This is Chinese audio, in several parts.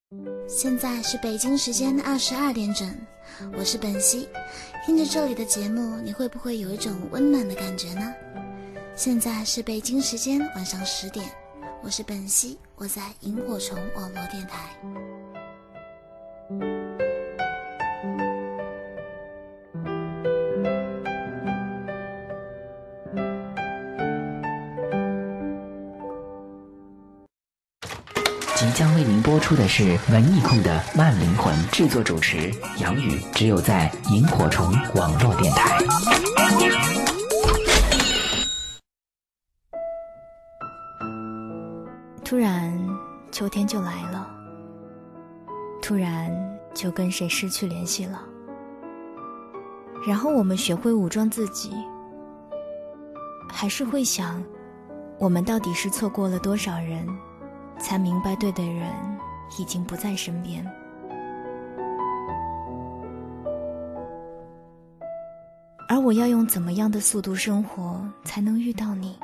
现在是北京时间22点整，我是本兮。听着这里的节目，你会不会有一种温暖的感觉呢？现在是北京时间晚上10点，我是本兮，我在萤火虫网络电台。 即将为您播出的是文艺控的慢灵魂，制作主持杨宇，只有在萤火虫网络电台。 突然秋天就来了，突然就跟谁失去联系了，然后我们学会武装自己，还是会想，我们到底是错过了多少人，才明白对的人已经不在身边。而我要用怎么样的速度生活才能遇到你？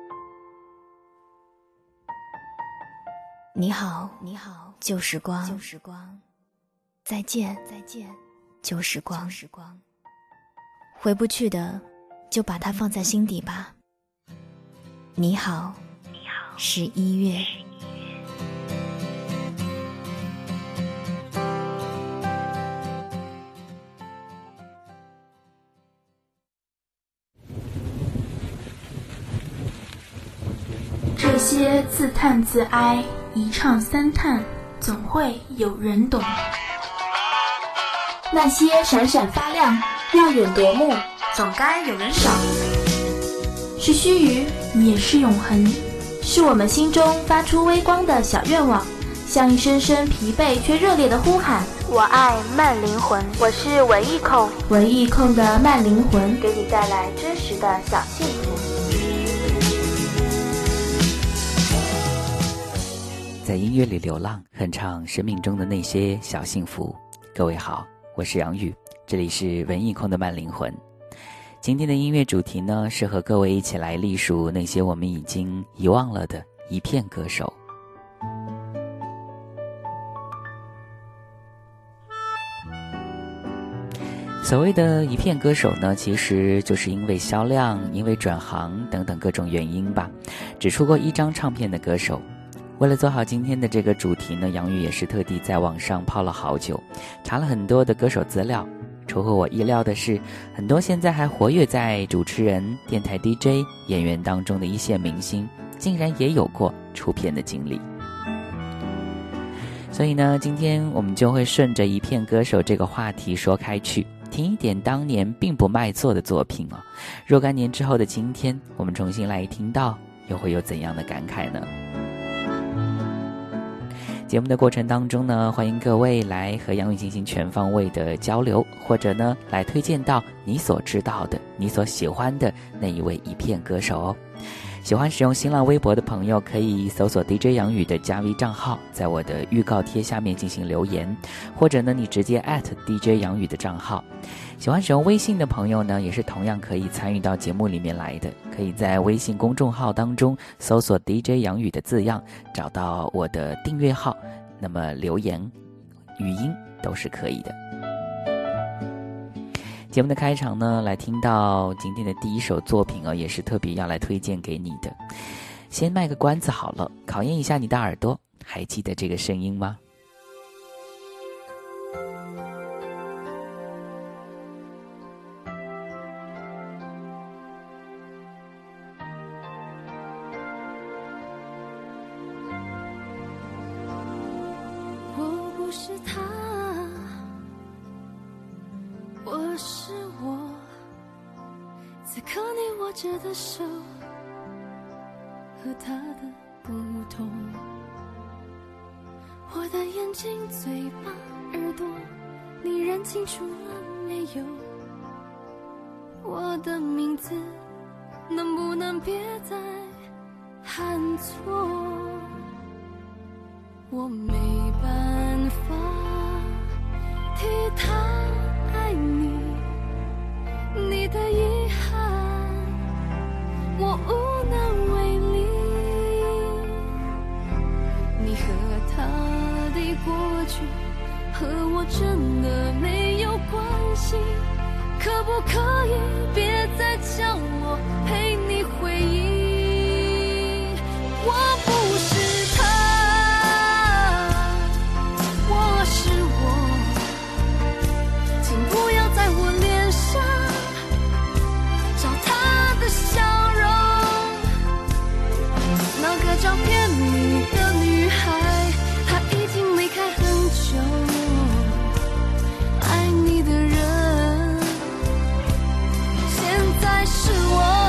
你好，你好，旧时光，旧时光，再见，再见，旧时光，旧时光，回不去的，就把它放在心底吧。你好，你好，11月。 这些自叹自哀，一唱三叹，总会有人懂。 那些闪闪发亮，耀眼夺目，总该有人赏。 是须臾，也是永恒，是我们心中发出微光的小愿望，像一声声疲惫却热烈的呼喊。 我爱慢灵魂，我是文艺控， 文艺控的慢灵魂， 给你带来真实的小幸福。 在音乐里流浪，哼唱生命中的那些小幸福。各位好，我是杨宇，这里是文艺控的慢灵魂。今天的音乐主题呢，是和各位一起来历数那些我们已经遗忘了的一片歌手。所谓的一片歌手呢，其实就是因为销量、因为转行等等各种原因吧，只出过一张唱片的歌手。为了做好今天的这个主题呢，杨宇也是特地在网上泡了好久，查了很多的歌手资料。出乎我意料的是，很多现在还活跃在主持人、电台 DJ、演员当中的一线明星，竟然也有过出片的经历。所以呢，今天我们就会顺着一片歌手这个话题说开去，听一点当年并不卖座的作品哦。若干年之后的今天，我们重新来听到，又会有怎样的感慨呢？节目的过程当中呢，欢迎各位来和杨宇进行全方位的交流，或者呢来推荐到你所知道的、你所喜欢的那一位一片歌手哦。喜欢使用新浪微博的朋友可以搜索 DJ 杨宇的加 V 账号，在我的预告贴下面进行留言，或者呢你直接 @DJ 杨宇的账号。喜欢使用微信的朋友呢，也是同样可以参与到节目里面来的，可以在微信公众号当中搜索 DJ 杨宇的字样，找到我的订阅号，那么留言、语音都是可以的。节目的开场呢，来听到今天的第一首作品也是特别要来推荐给你的。先卖个关子好了，考验一下你的耳朵，还记得这个声音吗？ 我不是他，我是我，此刻你握着的手和他的不同，我的眼睛、嘴巴、耳朵，你认清楚了没有？我的名字能不能别再喊错？我没办法替他爱你，你的遗憾我无能为力，你和他的过去，和我真的没有关系，可不可以别再叫我陪你回忆？我不是他，我是我，请不要在我脸上找他的笑容。那个照片里的女孩，她已经离开很久，爱你的人现在是我。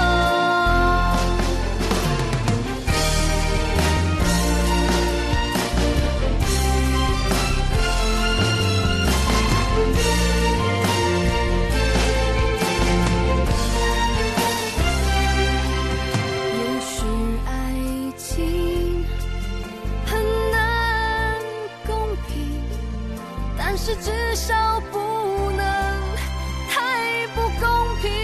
也许爱情很难公平，但是至少不能太不公平。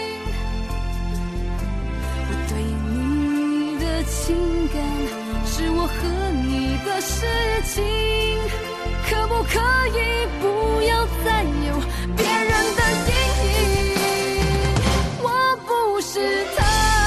我对你的情感是我和你的事情，可不可以不要再有别人的阴影？我不是他，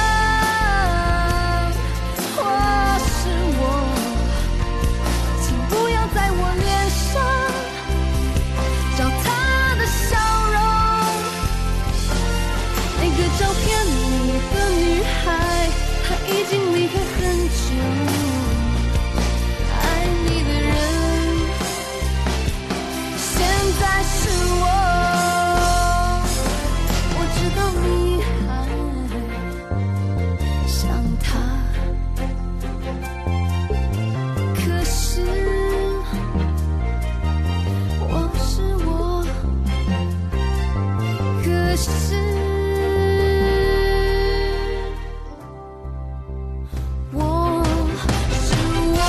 我是我，请不要在我脸上找他的笑容。那个照片里的女孩，她已经离开很久，爱你的人现在是我。我知道你还想他，可是我是我，可是我是我。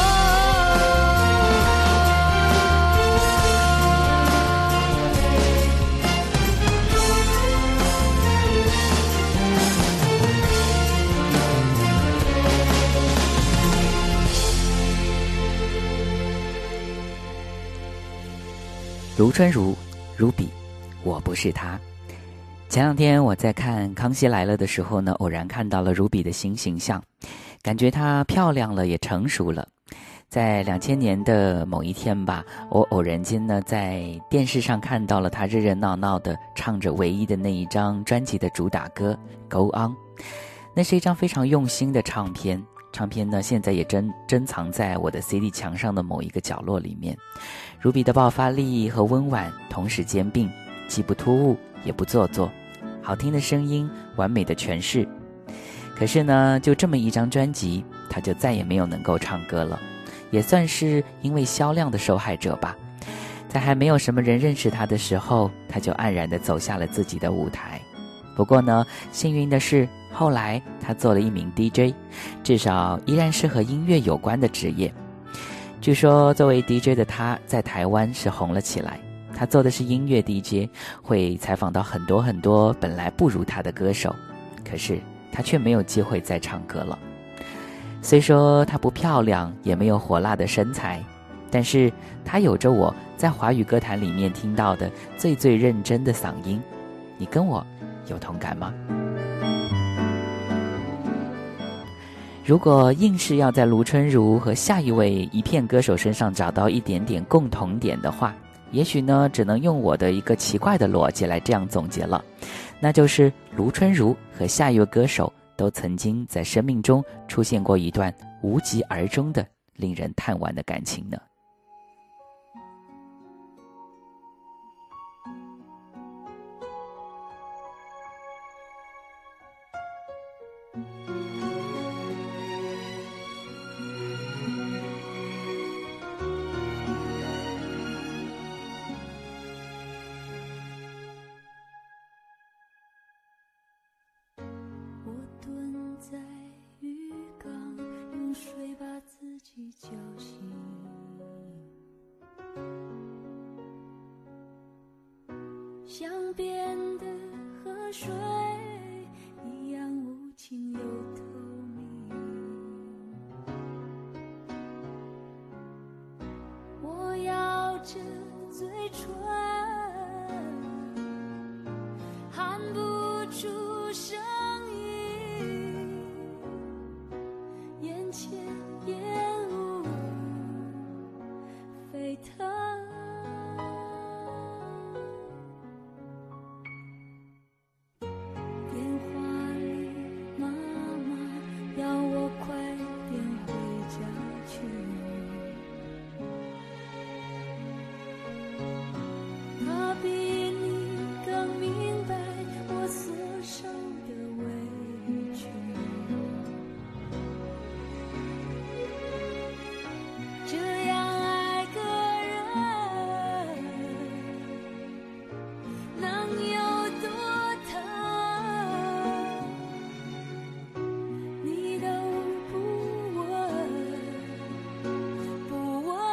卢春如 Ruby， 我不是他。前两天我在看《康熙来了》的时候呢，偶然看到了 Ruby 的新形象，感觉她漂亮了，也成熟了。在2000年的某一天吧，我偶然间呢在电视上看到了她热热闹闹的唱着唯一的那一张专辑的主打歌《Go On》，那是一张非常用心的唱片。唱片呢，现在也珍藏在我的 CD 墙上的某一个角落里面。Ruby 的爆发力和温婉同时兼并，既不突兀也不做作，好听的声音，完美的诠释。可是呢，就这么一张专辑，他就再也没有能够唱歌了，也算是因为销量的受害者吧。在还没有什么人认识他的时候，他就黯然地走下了自己的舞台。不过呢，幸运的是，后来他做了一名 DJ， 至少依然是和音乐有关的职业。据说作为 DJ 的他在台湾是红了起来，他做的是音乐 DJ， 会采访到很多很多本来不如他的歌手，可是他却没有机会再唱歌了。虽说她不漂亮，也没有火辣的身材，但是她有着我在华语歌坛里面听到的最认真的嗓音。你跟我有同感吗？如果硬是要在卢春如和下一位一片歌手身上找到一点点共同点的话，也许呢，只能用我的一个奇怪的逻辑来这样总结了，那就是卢春如和下一位歌手都曾经在生命中出现过一段无疾而终的令人叹惋的感情呢。 叫醒，像变的河水一样无情又透明。我要着嘴唇，喊不出声音，眼前烟雾沸腾。电话里妈妈要我快点回家去，她比你更明白我所受的委屈。这样爱个人能有多疼，你都不问不问。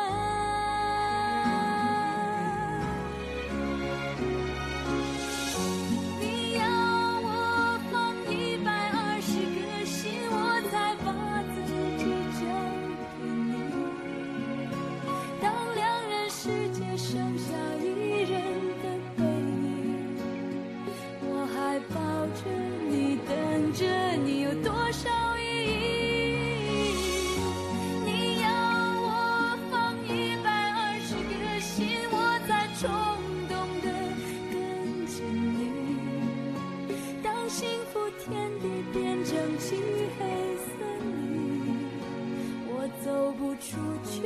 你要我放120个心，我才把自己交给你。当两人世界剩下一人的背影，我还抱着你等着你，有多少意义？你要我放120个心，我才冲动地跟着你。当幸福天地变成漆黑森林，我走不出去，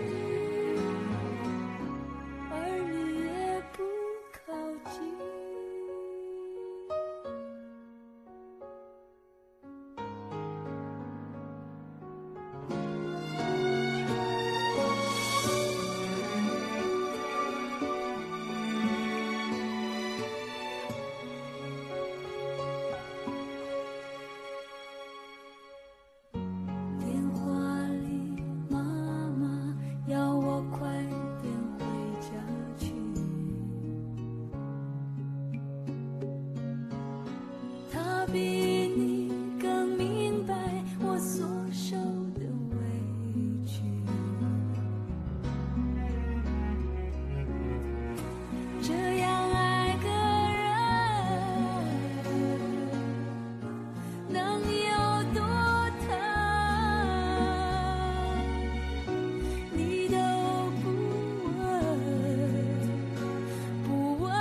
而你也不靠近。电话里妈妈要我快点回家去，她比你更明白我所受的委屈。这样爱个人能有多疼，你都不问不问。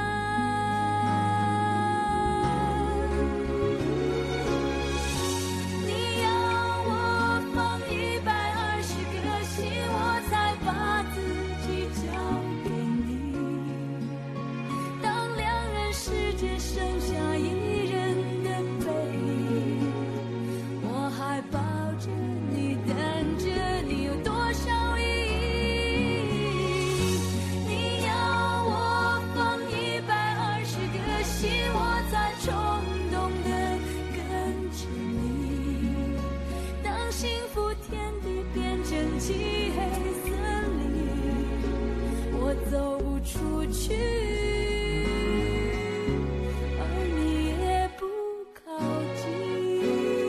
你要我放120个心，我才把自己交给你。当两人世界剩下一人的背影，我还抱着你等着你，有多少意义？你要我放120个心，我才冲动地跟着你。当幸福天地变成漆黑森林，我走不出去，而你也不靠近。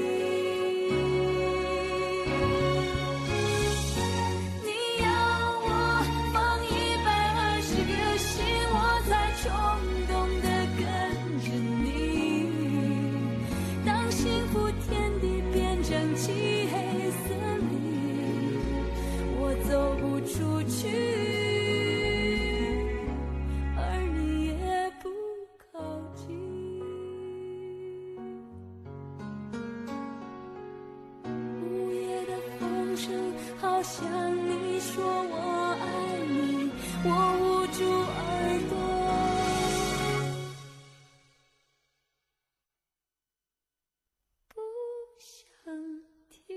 你要我放120个心，我才冲动地跟着你。当幸福天地变成漆黑森林，我走不出去，而你也不靠近。午夜的风声好像你说我爱你，我捂住耳朵，不想听。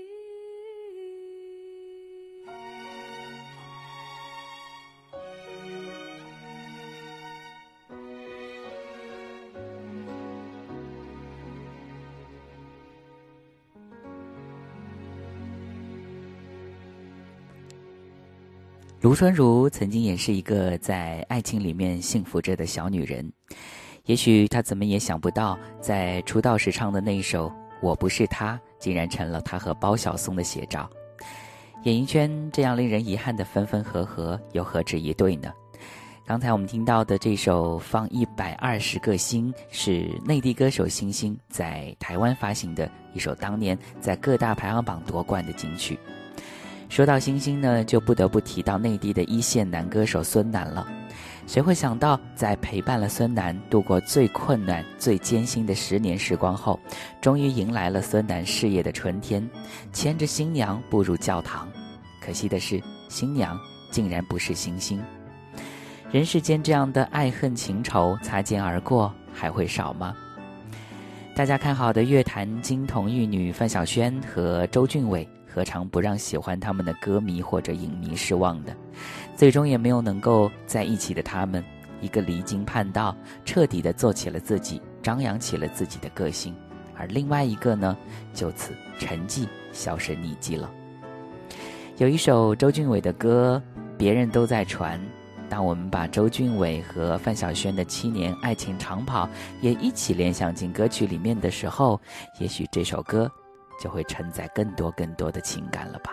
卢春如曾经也是一个在爱情里面幸福着的小女人，也许她怎么也想不到，在出道时唱的那一首《我不是他》竟然成了她和包小松的写照。 演艺圈这样令人遗憾的分分合合，又何止一对呢？刚才我们听到的这首《放120个心》是内地歌手星星在台湾发行的一首当年在各大排行榜夺冠的金曲。说到星星呢，就不得不提到内地的一线男歌手孙楠了。谁会想到，在陪伴了孙楠度过最困难、最艰辛的10年时光后，终于迎来了孙楠事业的春天，牵着新娘步入教堂。可惜的是，新娘竟然不是星星。人世间这样的爱恨情仇擦肩而过，还会少吗？大家看好的乐坛金童玉女范晓萱和周俊伟，何尝不让喜欢他们的歌迷或者影迷失望的？最终也没有能够在一起的他们，一个离经叛道，彻底的做起了自己，张扬起了自己的个性，而另外一个呢，就此沉寂，销声匿迹了。有一首周俊伟的歌，别人都在传，当我们把周俊伟和范晓萱的7年爱情长跑也一起联想进歌曲里面的时候，也许这首歌就会承载更多的情感了吧。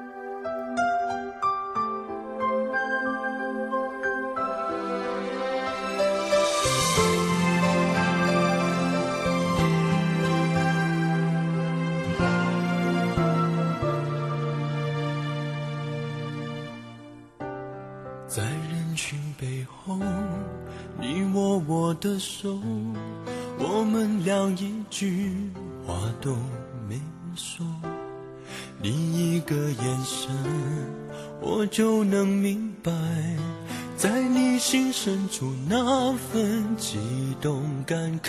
在人群背后，你握我的手，我们俩一句话都没说，你一个眼神我就能明白，在你心深处那份激动感慨。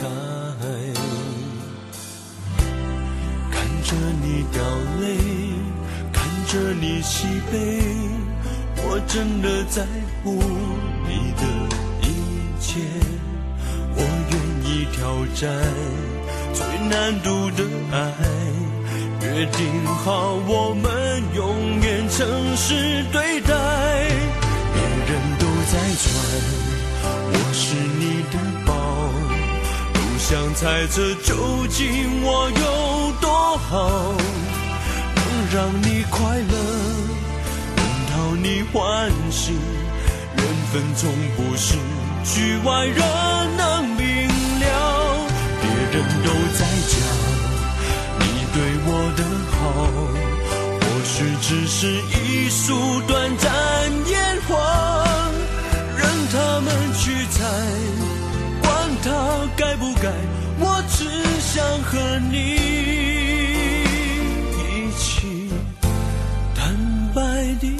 看着你掉泪，看着你喜悲，我真的在乎你的一切，我愿意挑战最难度的爱，约定好我们永远诚实对待。别人都在传我是你的宝，不想猜测究竟我有多好，能让你快乐，讨你欢喜，缘分从不是局外人能明了。别人都在讲你对我的好，或许只是一束短暂烟花，任他们去猜，管他该不该，我只想和你一起坦白地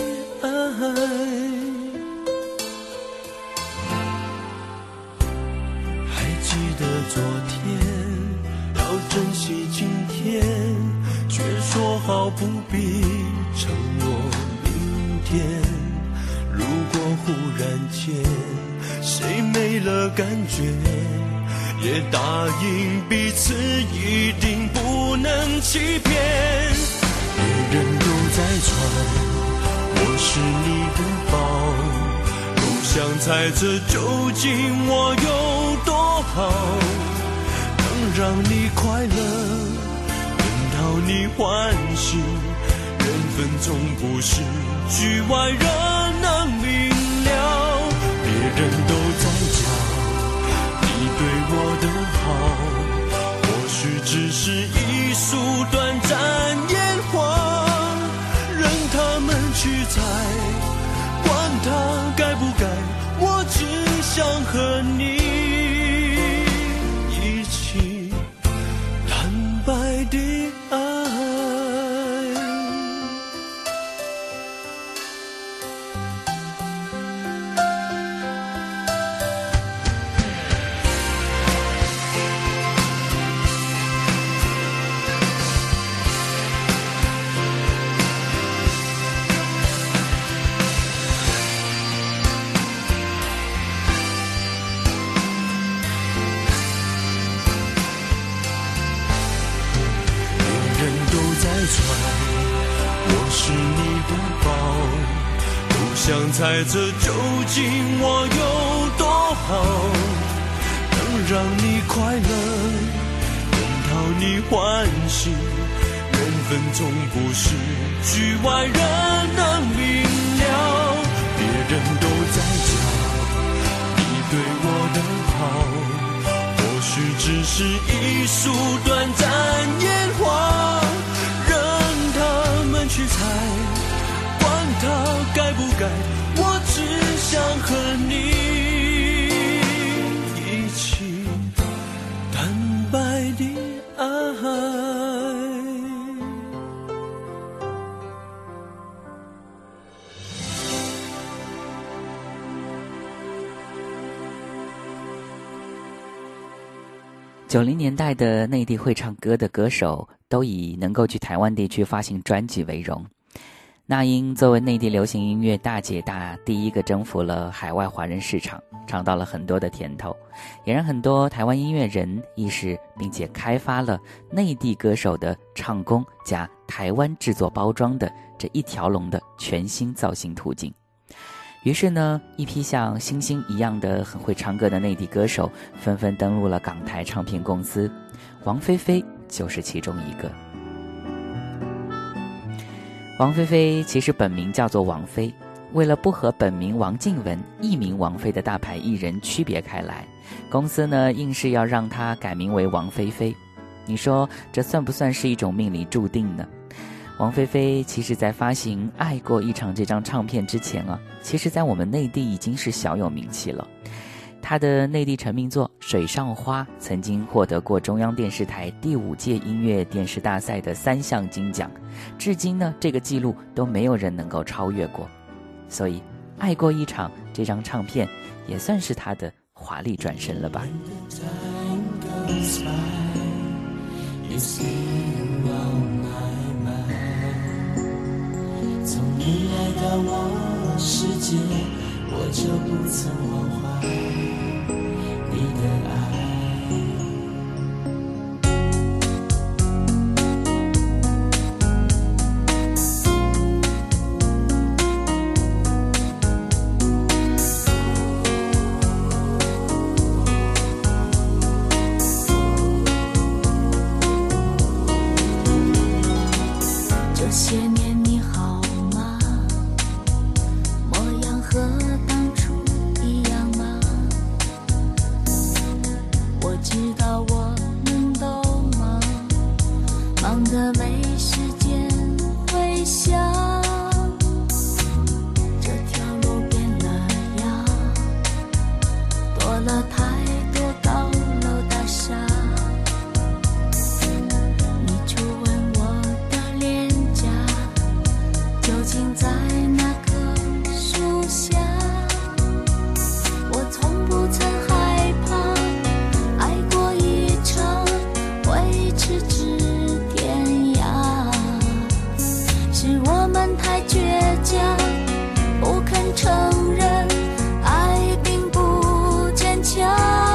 还记得昨天，要珍惜今天，却说好不必承诺明天。如果忽然间谁没了感觉，也答应彼此一定不能欺骗。别人都在传我是你的宝，不想猜测究竟我有多好，能让你快乐，能讨你欢喜，缘分从不是局外人能明了。别人都在讲你对我的好，或许只是一束短暂烟花，他们去猜，管他该不该，我只想和你一起坦白地爱。我是你的宝，不想猜测究竟我有多好，能让你快乐，能讨你欢喜，缘分从不是局外人明了，别人都在讲你对我的好，或许只是一束短暂烟花，任他们去猜，管他该不该，我只想和你一起坦白地爱。 90年代的内地会唱歌的歌手都以能够去台湾地区发行专辑为荣。那英作为内地流行音乐大姐大，第一个征服了海外华人市场，尝到了很多的甜头，也让很多台湾音乐人意识并且开发了内地歌手的唱功加台湾制作包装的这一条龙的全新造型途径。于是呢，一批像星星一样的很会唱歌的内地歌手纷纷登陆了港台唱片公司，王菲菲就是其中一个。王菲菲其实本名叫做王菲，为了不和本名王靖雯、艺名王菲的大牌艺人区别开来，公司呢硬是要让她改名为王菲菲。你说这算不算是一种命里注定呢？王菲菲其实在发行《爱过一场》这张唱片之前啊，其实在我们内地已经是小有名气了。她的内地成名作《水上花》曾经获得过中央电视台第5届音乐电视大赛的3项金奖，至今呢这个记录都没有人能够超越过。所以《爱过一场》这张唱片也算是她的华丽转身了吧。 从你来到我世界，我就不曾忘怀你的爱。 这些年你好吗？模样和当初一样吗？我知道我们都忙，忙得没时间回想。这条路变了样，多了太多高楼大厦。你初吻我的脸颊，究竟在哪棵树下？我从不曾害怕，爱过一场会咫尺天涯。是我们太倔强，不肯承认爱并不坚强。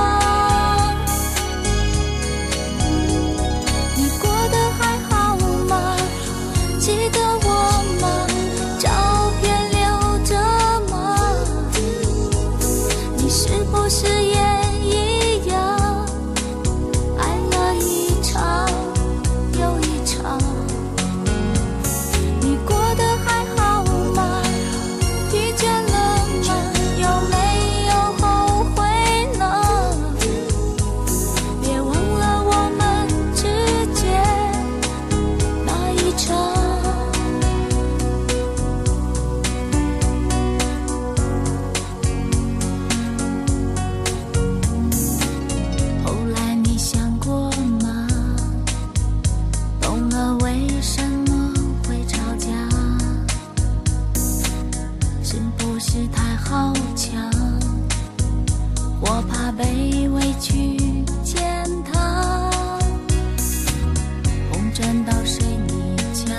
你过得还好吗？记得我吗？照片留着吗？你是不是也一样，爱了一场又一场？你过得还好吗？疲倦了吗？有没有后悔呢？别忘了我们之间那一场。后来你想过吗？懂了为什么会吵架？是不是太好强？我怕被委屈践踏，红砖到水泥墙，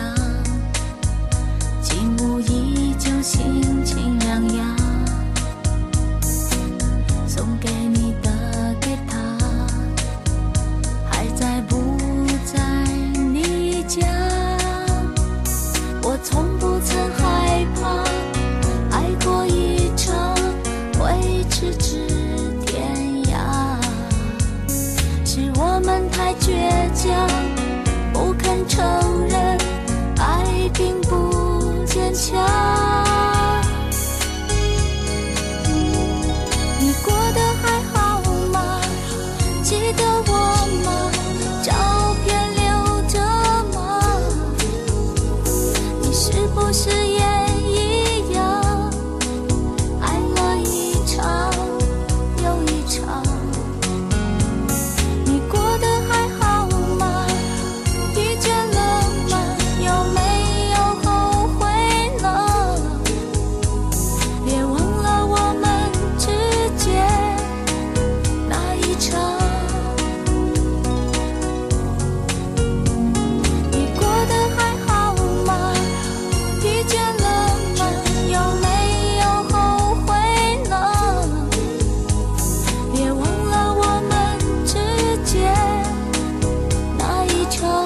景物依旧心情洋洋。送给你的给他，还在不在你家？我从不曾害怕，爱过一场会咫尺天涯。是我们太倔强，不肯承认爱并不坚强。 不是也一样，爱了一场又一场？你过得还好吗？疲倦了吗？有没有后悔呢？别忘了我们之间那一场。你过得还好吗？疲倦了吗？有没有后悔呢？别忘了我们之间那一场。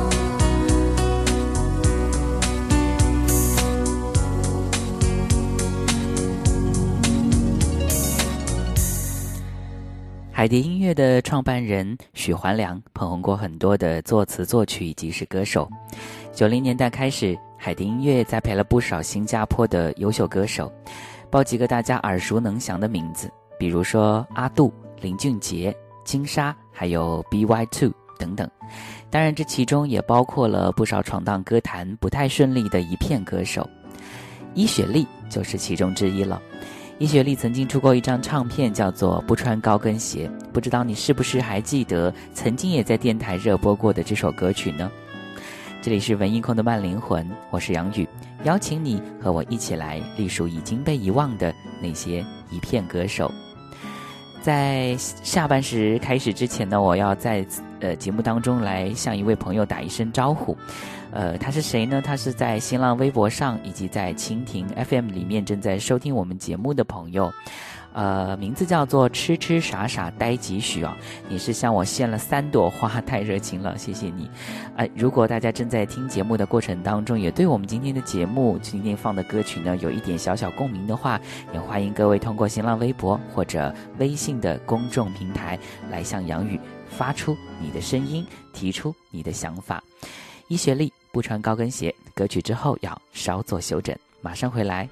海蝶音乐的创办人许环良捧红过很多的作词作曲以及是歌手。90年代开始，海蝶音乐栽培了不少新加坡的优秀歌手，报几个大家耳熟能详的名字，比如说阿杜、林俊杰、金莎，还有 BY2 等等。当然这其中也包括了不少闯荡歌坛不太顺利的一片歌手，伊雪莉就是其中之一了。伊雪莉曾经出过一张唱片叫做《不穿高跟鞋》，不知道你是不是还记得曾经也在电台热播过的这首歌曲呢？这里是文艺控的慢灵魂，我是杨宇，邀请你和我一起来历数已经被遗忘的那些一片歌手。在下半时开始之前呢，我要在节目当中来向一位朋友打一声招呼。他是谁呢？他是在新浪微博上以及在蜻蜓 FM 里面正在收听我们节目的朋友。名字叫做痴痴傻傻呆几许啊！你是向我献了3朵花，太热情了，谢谢你。如果大家正在听节目的过程当中，也对我们今天的节目今天放的歌曲呢有一点小小共鸣的话，也欢迎各位通过新浪微博或者微信的公众平台来向杨宇发出你的声音，提出你的想法。伊雪莉不穿高跟鞋，歌曲之后要稍作休整，马上回来。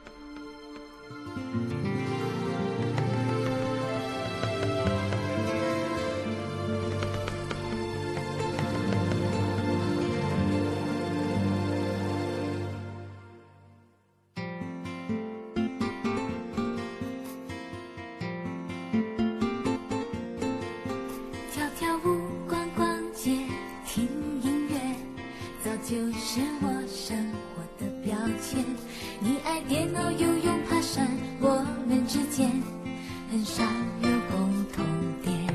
就是我生活的标签。你爱电脑，游泳，爬山，我们之间很少有共同点。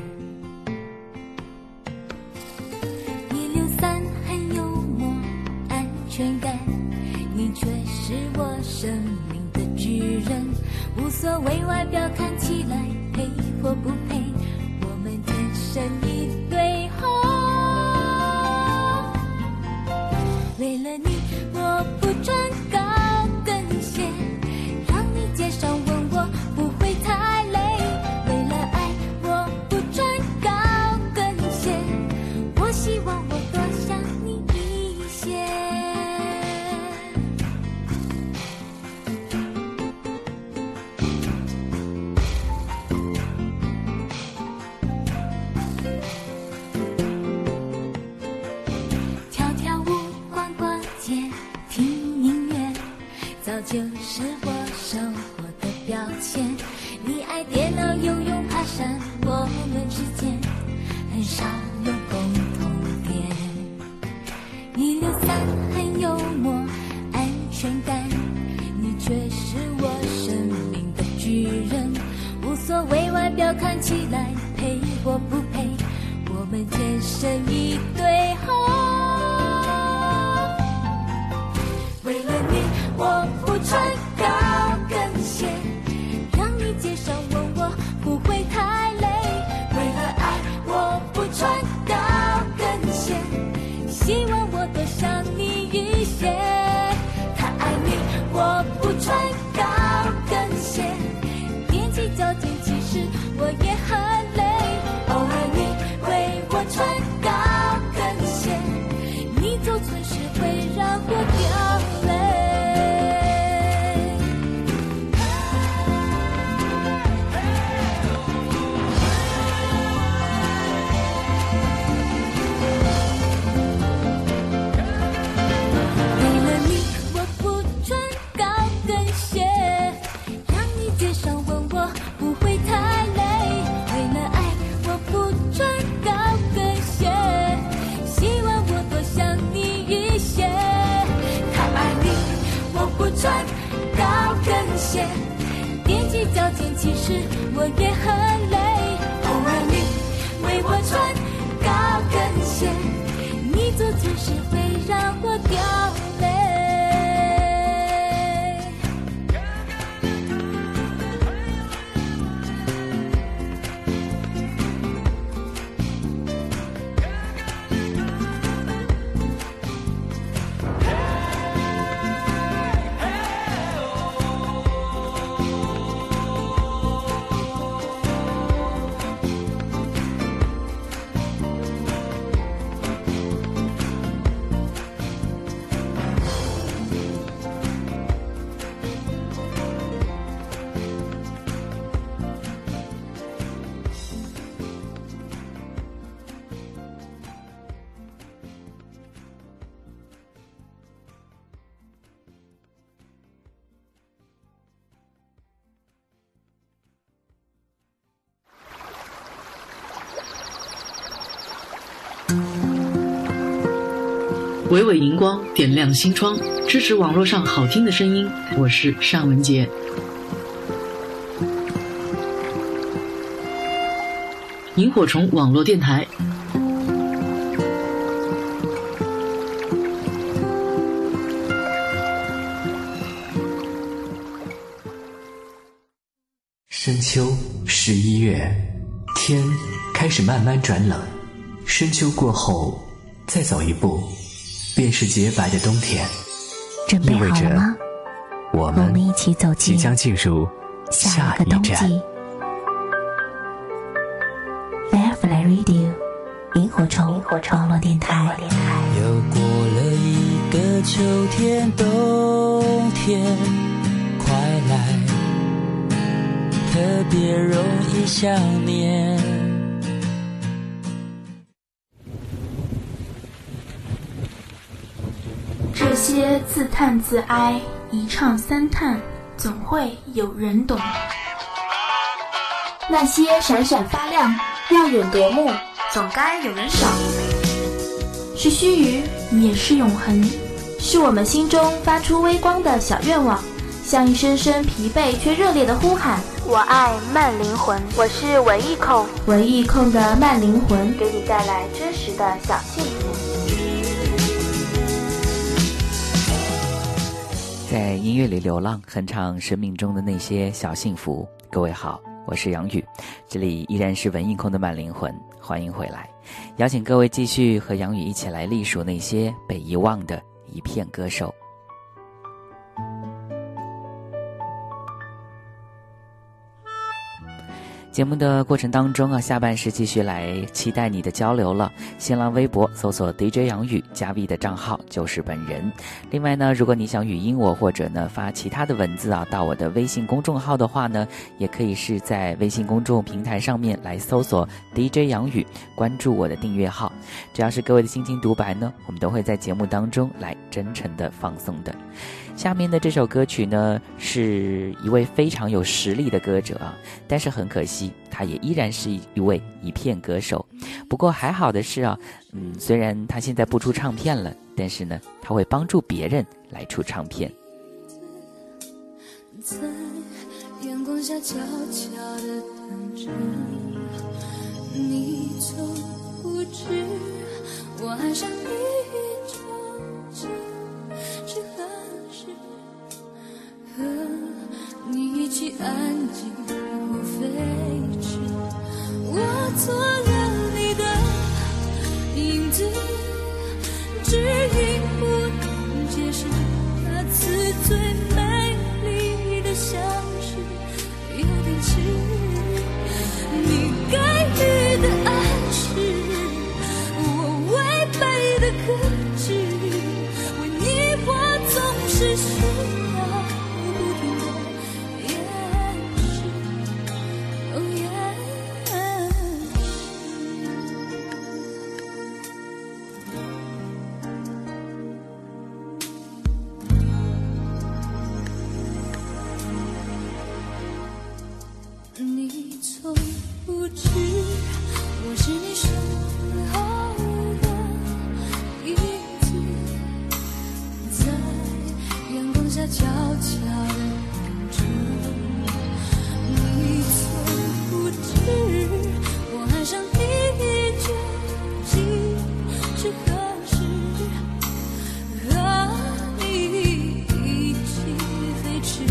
你流散很幽默，安全感，你却是我生命的巨人。无所谓外表看起来配或不配，我们天生一对。为了你，我不穿高跟鞋，让你肩上吻我不会太累。为了爱，我不穿高跟鞋，我希望我多像你一些。就是我生活的标签。你爱电脑，游泳，爬山，我们之间很少有共同点。你流散很幽默，安全感，你却是我生命的巨人。无所谓外表看起来配或不配，我们天生一对。为了你，我不穿高跟鞋，让你肩上吻我不会太累。为了爱，我不穿高跟鞋，希望我多像你一些。太爱你，我不穿高跟鞋，踮起脚尖，其实我也很累。偶尔你为我穿高跟鞋，你走错时会让我掉泪。 不穿高跟鞋，踮起脚尖，其实我也很累。偶尔你为我穿高跟鞋，你做错事会让我掉泪。 微微荧光点亮心窗，支持网络上好听的声音。我是尚雯婕。萤火虫网络电台， 深秋11月，天开始慢慢转冷。深秋过后，再走一步，便是洁白的冬天。 准备好了吗？ 我们一起走进即将进入下一站。 Firefly Radio 萤火虫网络电台。 又过了一个秋天，冬天快来，特别容易想念。 这些自叹自哀，一唱三叹，总会有人懂。 那些闪闪发亮、耀眼夺目，总该有人赏。 是须臾，也是永恒，是我们心中发出微光的小愿望，像一声声疲惫却热烈的呼喊。 我爱慢灵魂，我是文艺控， 文艺控的慢灵魂， 给你带来真实的小幸福。 在音乐里流浪，哼唱生命中的那些小幸福。各位好，我是杨宇，这里依然是文艺控的慢灵魂，欢迎回来。邀请各位继续和杨宇一起来历数那些被遗忘的一片歌手。节目的过程当中下半时继续来期待你的交流了。新浪微博搜索 DJ 杨宇，加 V 的账号就是本人。另外呢，如果你想语音我或者呢发其他的文字到我的微信公众号的话呢，也可以是在微信公众平台上面来搜索 DJ 杨宇，关注我的订阅号。只要是各位的心情独白呢，我们都会在节目当中来真诚的放送的。下面的这首歌曲呢，是一位非常有实力的歌者但是很可惜，他也依然是一位一片歌手。不过还好的是虽然他现在不出唱片了，但是呢，他会帮助别人来出唱片。 在阳光下悄悄地等着，你从不知我爱上你究竟是何时，和你一起安静或飞驰。我做了你的影子，只因不能解释那次最美丽的相识有点迟。你给予的暗示，我违背的克制，为你我总是需要不停的掩饰。 下悄悄的影着，你从不知我爱上你究竟是何时，和你一起飞驰。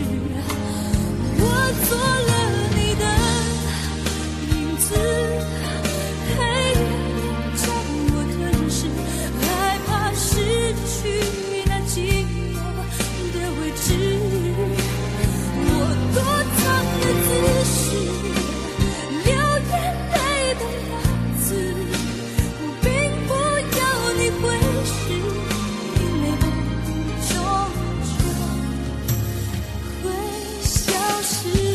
我做了你的影子，黑夜将我吞噬，害怕失去那寂寞的位置。我躲藏的姿势，流眼泪的样子，我并不要你回视，因为我终究会消失。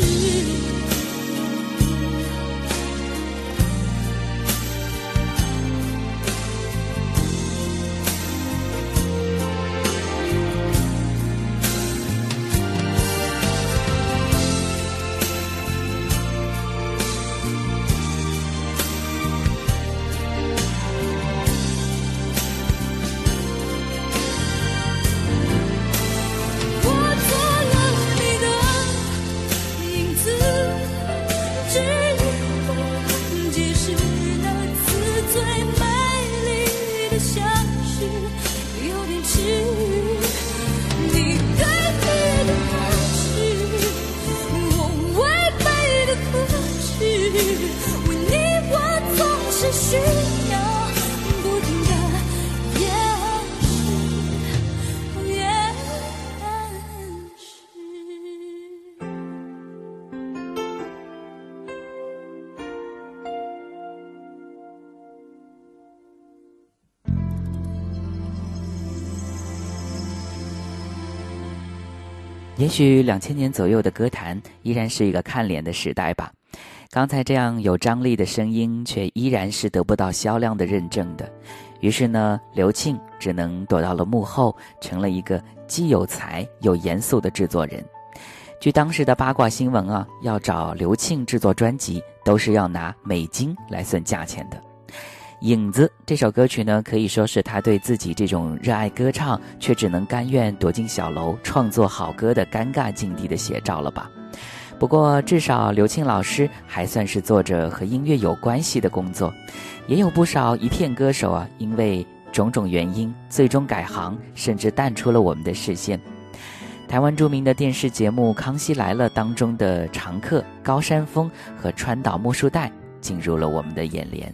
也许2000年左右的歌坛依然是一个看脸的时代吧。刚才这样有张力的声音，却依然是得不到销量的认证的。于是呢，刘庆只能躲到了幕后，成了一个既有才又严肃的制作人。据当时的八卦新闻啊，要找刘庆制作专辑，都是要拿美金来算价钱的。影子这首歌曲呢，可以说是他对自己这种热爱歌唱却只能甘愿躲进小楼创作好歌的尴尬境地的写照了吧。不过至少刘庆老师还算是做着和音乐有关系的工作，也有不少一片歌手啊，因为种种原因最终改行，甚至淡出了我们的视线。台湾著名的电视节目《康熙来了》当中的常客高山峰和川岛茉树代进入了我们的眼帘。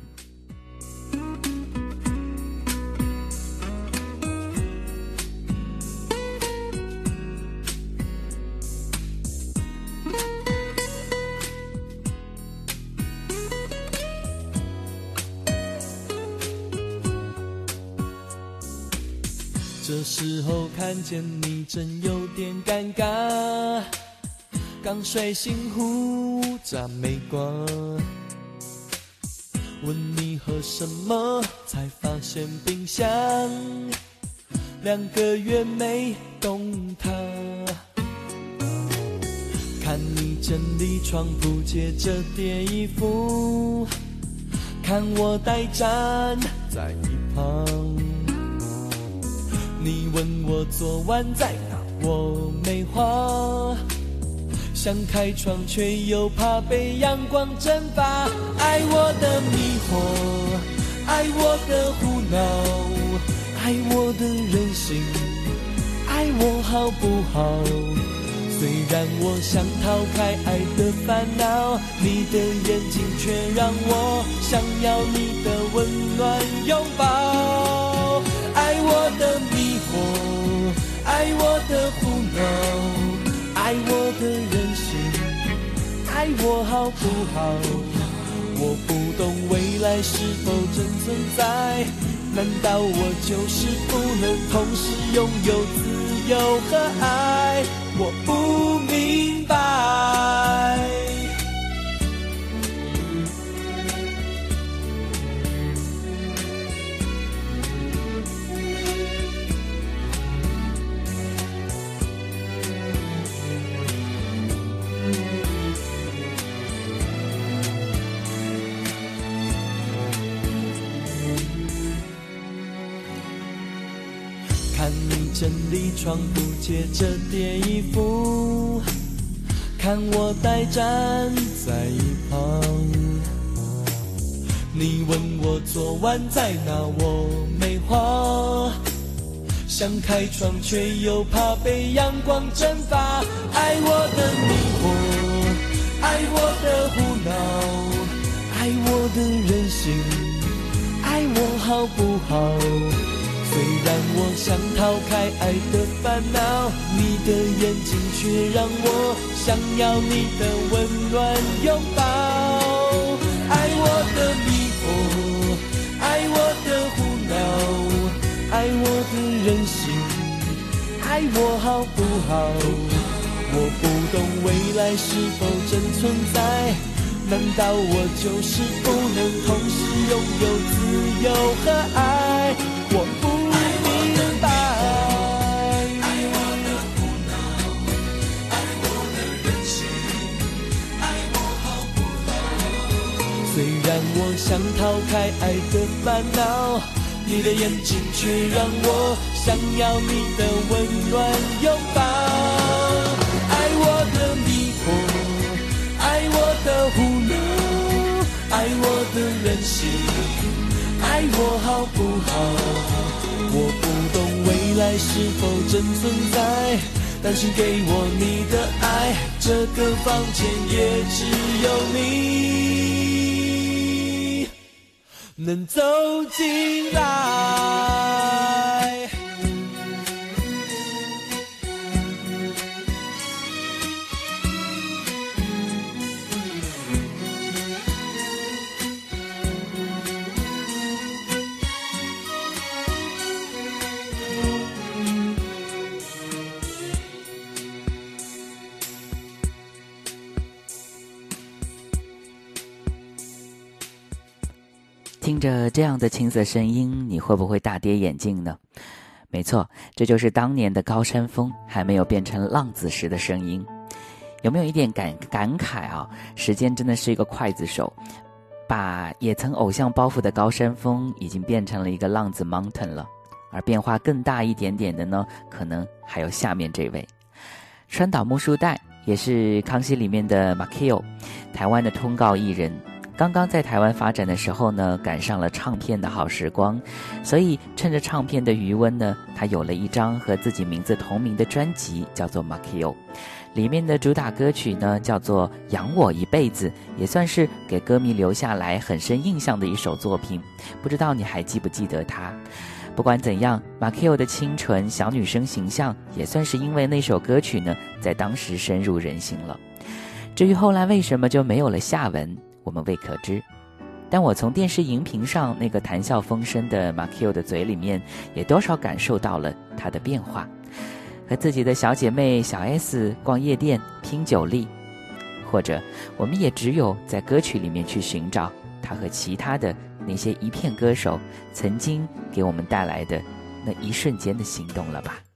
这时候看见你真有点尴尬，刚睡醒胡渣没刮，问你喝什么，才发现冰箱2个月没动它。看你整理床铺，接着叠衣服，看我呆站在一旁。你问我昨晚在哪，我没话，想开窗却又怕被阳光蒸发。爱我的迷惑，爱我的胡闹，爱我的任性，爱我好不好？虽然我想逃开爱的烦恼，你的眼睛却让我想要你的温暖拥抱。爱我的迷惑，爱我的胡闹，爱我的任性，爱我好不好？我不懂未来是否真存在，难道我就是不能同时拥有自由和爱？我不明白。看你整理床铺，接着叠衣服，看我呆站在一旁。你问我昨晚在哪，我没话，想开窗却又怕被阳光蒸发。爱我的迷惑，爱我的胡闹，爱我的任性，爱我好不好？虽然我想逃开爱的烦恼，你的眼睛却让我想要你的温暖拥抱。爱我的迷惑，爱我的胡闹，爱我的任性，爱我好不好？我不懂未来是否真存在，难道我就是不能同时拥有自由和爱？我不明白。爱我的胡闹，爱我的任性，爱我好不好？虽然我想逃开爱的烦恼，你的眼睛却让我想要你的温暖拥抱。爱我的迷惑，爱我的胡闹，爱我的任性，爱我好不好？我不懂未来是否真存在，但请给我你的爱，这个房间也只有你能走进来。 听着这样的青涩声音，你会不会大跌眼镜呢？没错，这就是当年的高山峰还没有变成浪子时的声音。有没有一点感慨啊？时间真的是一个刽子手，把也曾偶像包袱的高山峰已经变成了一个浪子 mountain 了。而变化更大一点点的呢，可能还有下面这位川岛木树代，也是康熙里面的 Makio， 台湾的通告艺人。刚刚在台湾发展的时候呢，赶上了唱片的好时光，所以趁着唱片的余温呢，他有了一张和自己名字同名的专辑，叫做 Makio。 里面的主打歌曲呢叫做养我一辈子，也算是给歌迷留下来很深印象的一首作品，不知道你还记不记得它。不管怎样， Makio 的清纯小女生形象也算是因为那首歌曲呢，在当时深入人心了。至于后来为什么就没有了下文，我们未可知，但我从电视荧屏上那个谈笑风生的 Makio 的嘴里面，也多少感受到了他的变化。和自己的小姐妹小 S 逛夜店拼酒力，或者我们也只有在歌曲里面去寻找他和其他的那些一片歌手曾经给我们带来的那一瞬间的心动了吧。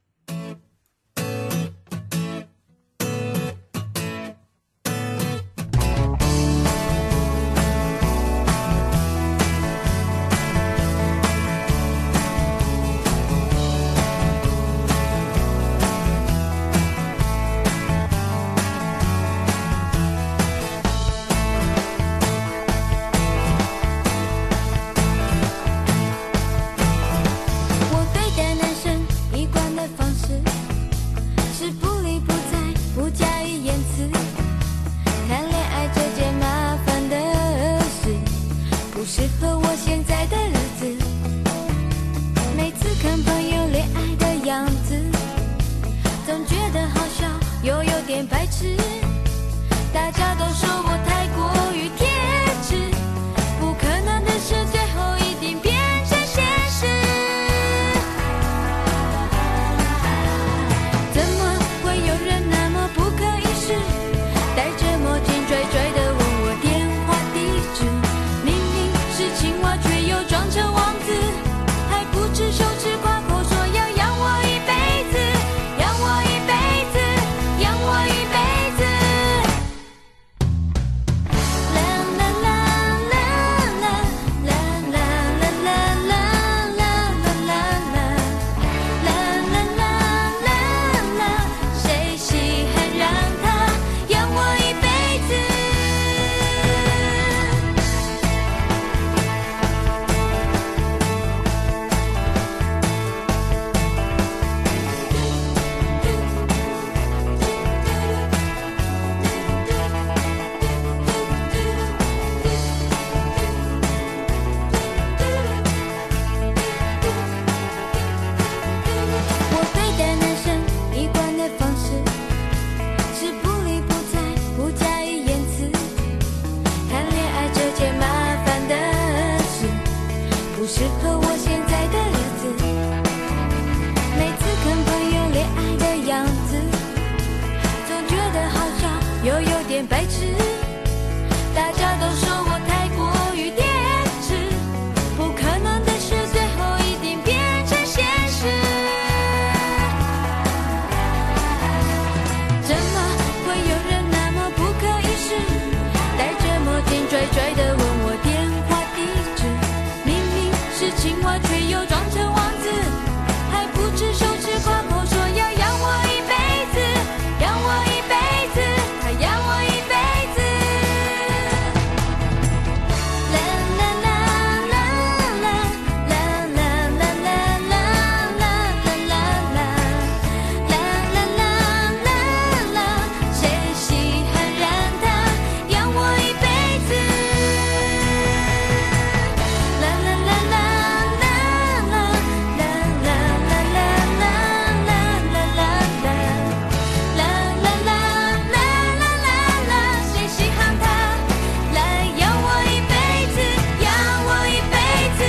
点白痴，大家都说我太过于坚持，不可能的事最后一定变成现实。怎么会有人那么不可一世，戴着墨镜拽拽的问我电话地址，明明是青蛙却又装成王子，还不知羞耻夸口说要养我一辈子，养我一辈子，他养我一辈子。啦啦啦啦啦啦啦啦啦啦啦啦啦啦啦啦啦，谁稀罕让他养我一辈子？啦啦啦啦啦啦啦啦啦啦啦啦啦啦啦，谁稀罕他来养我一辈子，养我一辈子。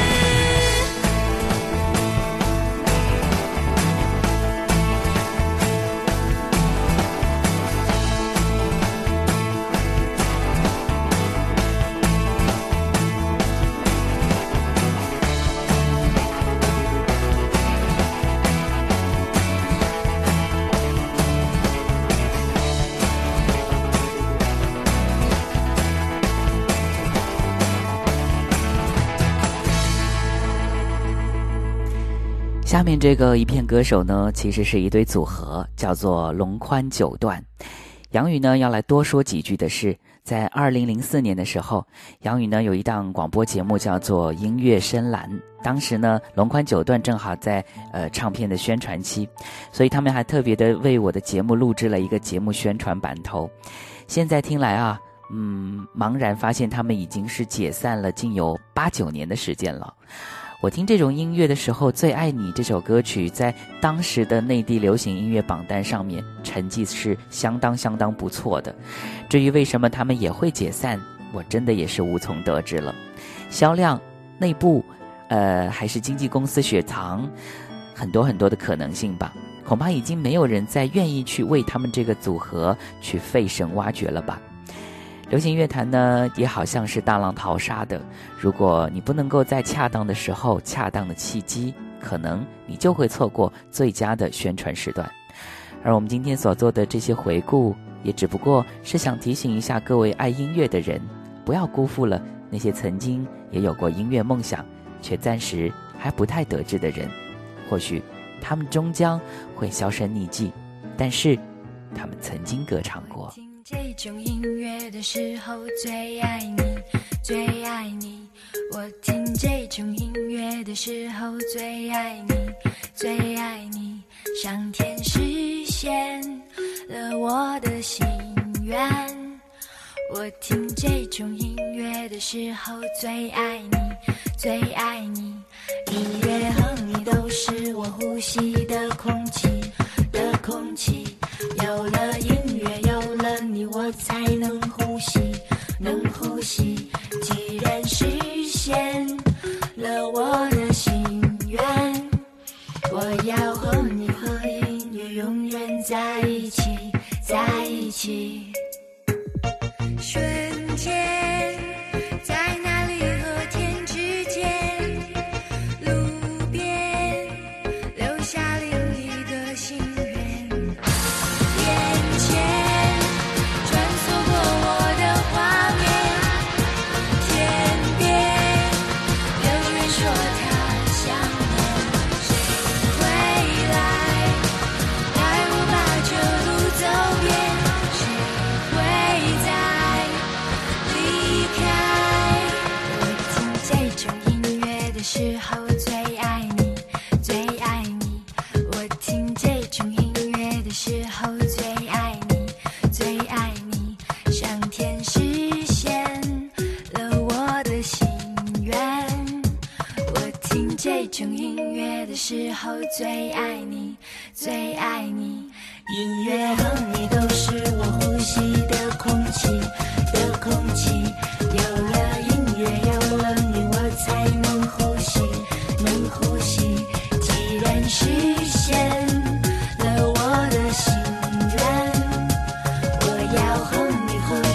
下面这个一片歌手呢，其实是一对组合，叫做龙宽九段。杨宇呢要来多说几句的是，在2004年的时候，杨宇呢有一档广播节目叫做音乐深蓝，当时呢龙宽九段正好在唱片的宣传期，所以他们还特别的为我的节目录制了一个节目宣传版头。现在听来啊，茫然发现他们已经是解散了近有8、9年的时间了。我听这种音乐的时候，《最爱你》这首歌曲在当时的内地流行音乐榜单上面成绩是相当不错的。至于为什么他们也会解散，我真的也是无从得知了。销量、内部，还是经纪公司雪藏，很多的可能性吧。恐怕已经没有人再愿意去为他们这个组合去费神挖掘了吧。流行乐坛呢，也好像是大浪淘沙的，如果你不能够在恰当的时候、恰当的契机，可能你就会错过最佳的宣传时段。而我们今天所做的这些回顾，也只不过是想提醒一下各位爱音乐的人，不要辜负了那些曾经也有过音乐梦想，却暂时还不太得志的人。或许他们终将会销声匿迹，但是他们曾经歌唱过。 这种音乐的时候最爱你，最爱你。我听这种音乐的时候最爱你，最爱你。上天实现了我的心愿。我听这种音乐的时候最爱你，最爱你。音乐和你都是我呼吸的空气，的空气。有了音乐，有了你，我才能呼吸，能呼吸。既然实现了我的心愿，我要和你和音乐永远在一起，在一起。瞬间在哪里和天之间，路边留下另一个心愿，眼前穿梭过我的画面，天边有人说他想念，谁会来带我把这路走遍，谁会在离开。我听这种音乐的时候最爱你，最爱你。我听这种音乐的时候最爱你，最爱你。上天实现了我的心愿。我听这种音乐的时候最爱你，最爱你。音乐和你都是我呼吸的空气，的空气。有了音乐，有了你，我才能呼吸，能呼吸。既然实现了我的心愿，我要和你和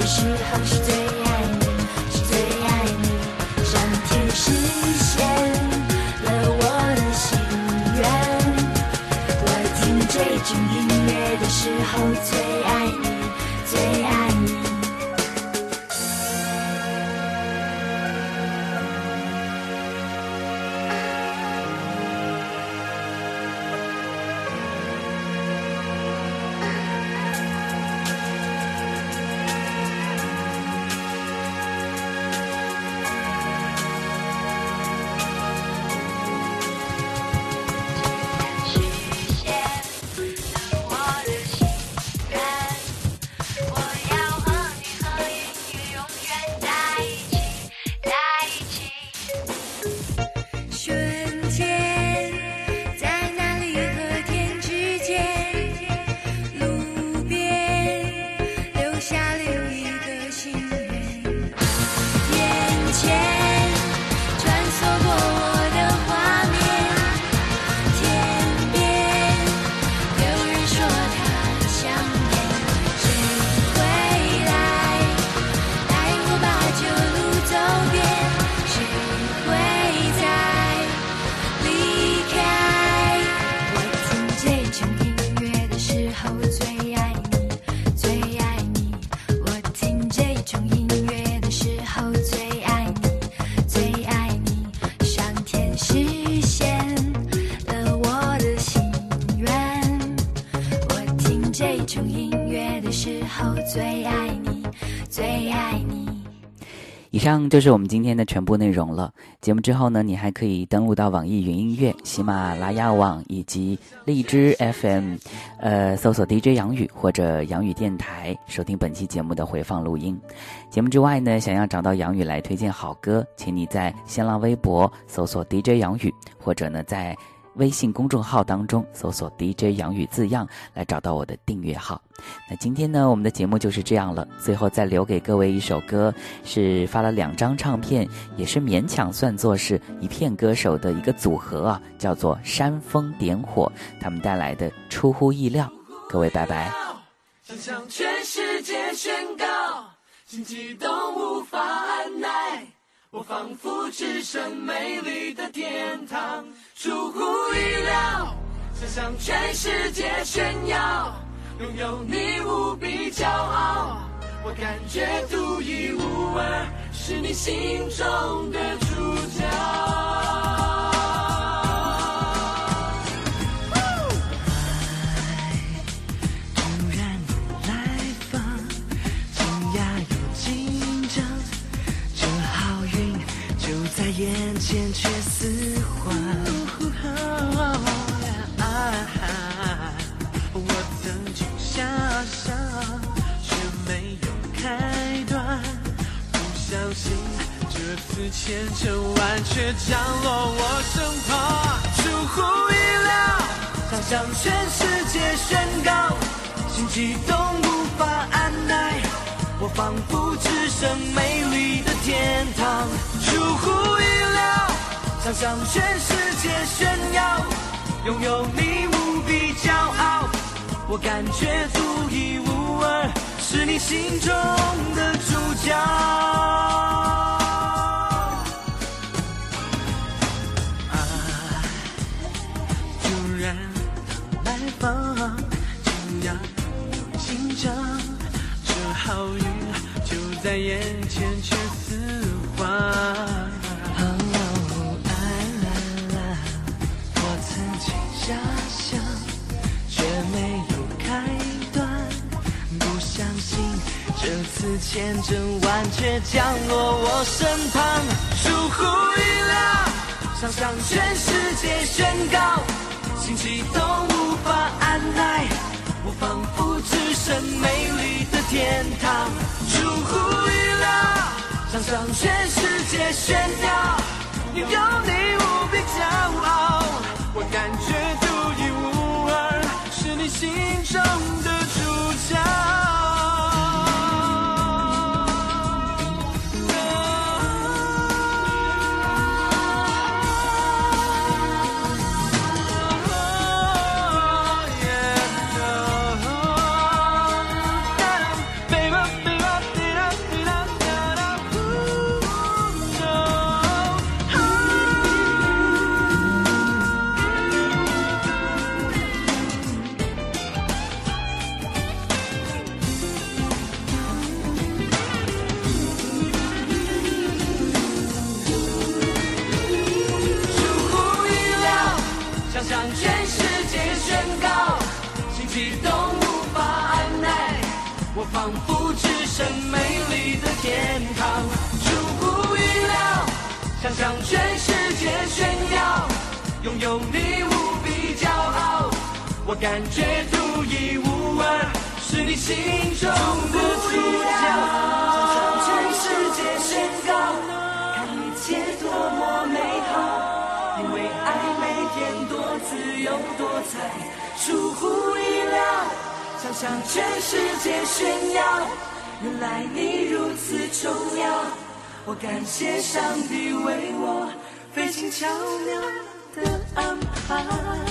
时候是最爱你，是最爱你。上天实现了我的心愿，我听这种音乐的时候最爱你，最爱你。 以上就是我们今天的全部内容了。节目之后呢，你还可以登录到网易云音乐、喜马拉雅网以及荔枝 FM，搜索 DJ 杨宇或者杨宇电台，收听本期节目的回放录音。节目之外呢，想要找到杨宇来推荐好歌，请你在新浪微博搜索 DJ 杨宇，或者呢在微信公众号当中搜索 DJ 杨宇字样来找到我的订阅号。那今天呢，我们的节目就是这样了。最后再留给各位一首歌，是发了2张唱片，也是勉强算作是一片歌手的一个组合啊，叫做煽风点火，他们带来的出乎意料。各位拜拜。 想向全世界宣告，心悸动无法按耐，我仿佛置身美丽的天堂，出乎意料，想向全世界炫耀，拥有你无比骄傲，我感觉独一无二，是你心中的主角。 眼前却似幻，我曾经遐想，却没有开端，不相信这次千真万确降落我身旁，出乎意料，想向全世界宣告，心悸动无法按耐，我仿佛置身美丽的天堂，出乎意料，想向全世界炫耀，拥有你无比骄傲，我感觉独一无二，是你心中的主角。突然来访，惊讶又紧张，这好运就在眼前却似幻。我曾经遐想，却没有开端，不相信这次千真万确降落我身旁，出乎意料，想向全世界宣告，心悸动无法按耐，我仿佛置身美丽的天堂，出乎意料，想向全世界炫耀，拥有你无比骄傲，我感觉独一无二，是你心中的主角。 想向全世界炫耀，拥有你无比骄傲，我感觉独一无二，是你心中的主角。想向全世界宣告，看一切多么美好，因为爱每天多自由多彩，出乎意料。想向全世界炫耀，原来你如此重要，我感谢上帝为我费尽巧妙的安排。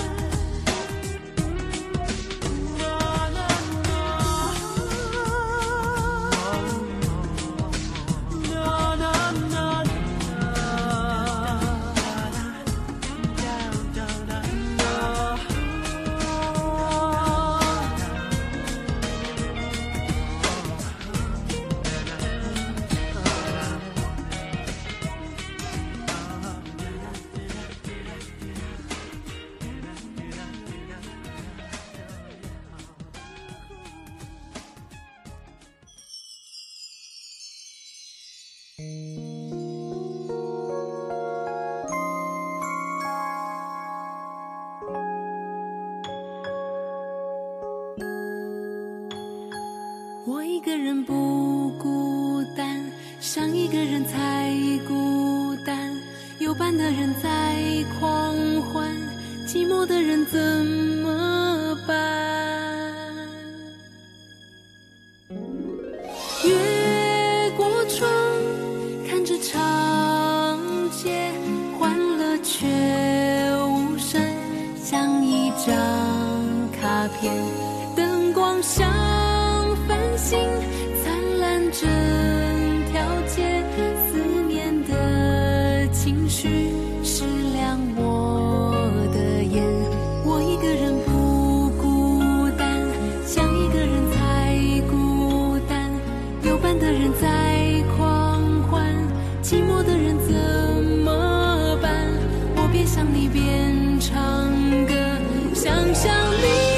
我一个人不孤单，想一个人才孤单，有伴的人在狂欢，寂寞的人怎么办？越过窗，看着长街，欢乐却无声，像一张卡片，灯光像繁星灿烂整条街，思念的情绪是亮我的眼。我一个人不孤单，想一个人才孤单，有伴的人在狂欢，寂寞的人怎么办？我边想你边唱歌，想象你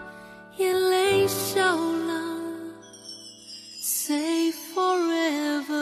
Say forever